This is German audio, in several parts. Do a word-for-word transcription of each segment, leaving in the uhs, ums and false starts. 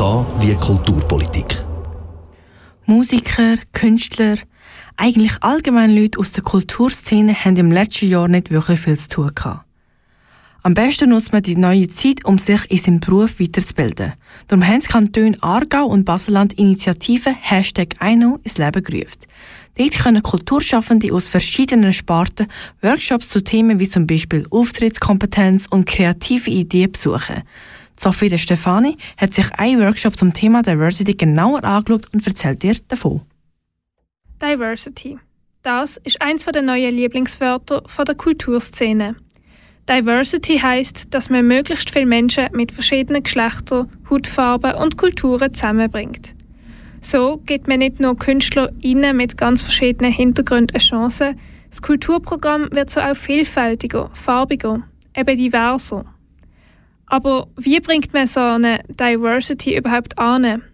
K wie Kulturpolitik. Musiker, Künstler, eigentlich allgemein Leute aus der Kulturszene haben im letzten Jahr nicht wirklich viel zu tun gehabt. Am besten nutzt man die neue Zeit, um sich in seinem Beruf weiterzubilden. Darum haben die Kantone Aargau und Baselland Initiative Hashtag I K N O ins Leben gerufen. Dort können Kulturschaffende aus verschiedenen Sparten Workshops zu Themen wie zum Beispiel Auftrittskompetenz und kreative Ideen besuchen. Sophie De Stefani hat sich einen Workshop zum Thema Diversity genauer angeschaut und erzählt dir davon. Diversity. Das ist eins der neuen Lieblingswörter der Kulturszene. Diversity heisst, dass man möglichst viele Menschen mit verschiedenen Geschlechtern, Hautfarben und Kulturen zusammenbringt. So gibt man nicht nur KünstlerInnen mit ganz verschiedenen Hintergründen eine Chance, das Kulturprogramm wird so auch vielfältiger, farbiger, eben diverser. Aber wie bringt man so eine Diversity überhaupt an?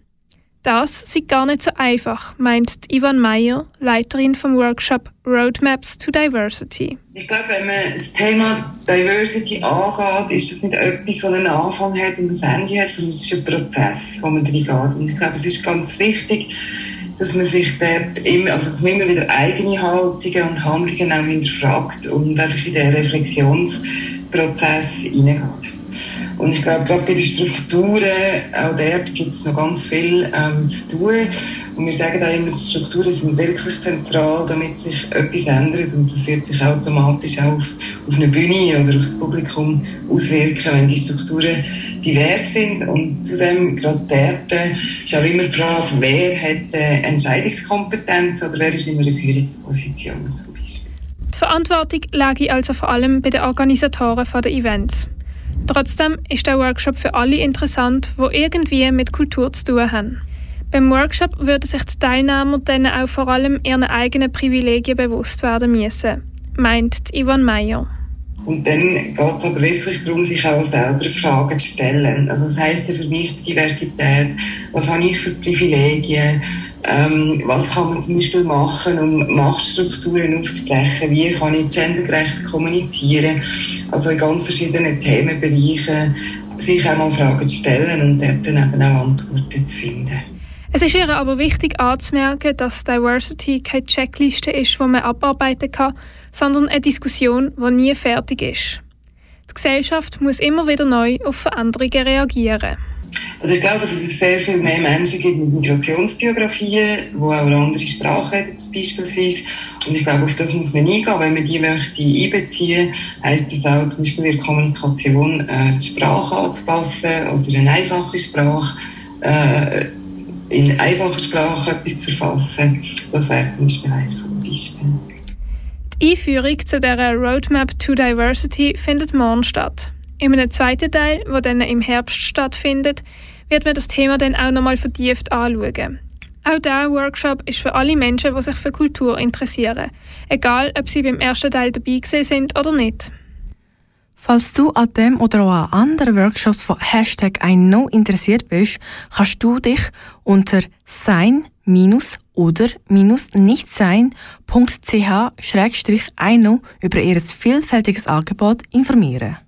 Das ist gar nicht so einfach, meint Yvonne Meyer, Leiterin vom Workshop Roadmaps to Diversity. Ich glaube, wenn man das Thema Diversity angeht, ist das nicht etwas, das einen Anfang hat und ein Ende hat, sondern es ist ein Prozess, wo man reingeht. Und ich glaube, es ist ganz wichtig, dass man sich dort immer, also dass man immer wieder eigene Haltungen und Handlungen auch hinterfragt und einfach in den Reflexionsprozess hineingeht. Und ich glaube, gerade bei den Strukturen, auch dort gibt es noch ganz viel ähm, zu tun. Und wir sagen auch immer, die Strukturen sind wirklich zentral, damit sich etwas ändert. Und das wird sich automatisch auch auf, auf eine Bühne oder auf das Publikum auswirken, wenn die Strukturen divers sind. Und zudem, gerade dort, äh, ist auch immer die Frage, wer hat äh, Entscheidungskompetenz oder wer ist in einer Führungsposition zum Beispiel. Die Verantwortung lag also vor allem bei den Organisatoren der Events. Trotzdem ist der Workshop für alle interessant, die irgendwie mit Kultur zu tun haben. Beim Workshop würden sich die Teilnehmer dann auch vor allem ihren eigenen Privilegien bewusst werden müssen, meint Yvonne Meyer. Und dann geht es aber wirklich darum, sich auch selber Fragen zu stellen. Also das heisst ja für mich die Diversität, was habe ich für Privilegien, ähm, was kann man zum Beispiel machen, um Machtstrukturen aufzubrechen, wie kann ich gendergerecht kommunizieren, also in ganz verschiedenen Themenbereichen sich auch mal Fragen zu stellen und dort dann eben auch Antworten zu finden. Es ist ihr aber wichtig anzumerken, dass Diversity keine Checkliste ist, die man abarbeiten kann, sondern eine Diskussion, die nie fertig ist. Die Gesellschaft muss immer wieder neu auf Veränderungen reagieren. Also ich glaube, dass es sehr viel mehr Menschen gibt mit Migrationsbiografien, die auch eine andere Sprache reden beispielsweise. Und ich glaube, auf das muss man eingehen. Wenn man die möchte einbeziehen, heisst das auch zum Beispiel in der Kommunikation äh, die Sprache anzupassen oder eine einfache Sprache, äh, in einfacher Sprache etwas zu verfassen. Das wäre zum Beispiel eines von den Beispielen. Die Einführung zu dieser Roadmap to Diversity findet morgen statt. In einem zweiten Teil, der dann im Herbst stattfindet, wird man das Thema dann auch nochmal vertieft anschauen. Auch dieser Workshop ist für alle Menschen, die sich für Kultur interessieren. Egal, ob sie beim ersten Teil dabei gewesen sind oder nicht. Falls du an dem oder auch an anderen Workshops von Hashtag I K N O interessiert bist, kannst du dich unter sein oder nichtsein punkt c h slash I K N O über ihr vielfältiges Angebot informieren.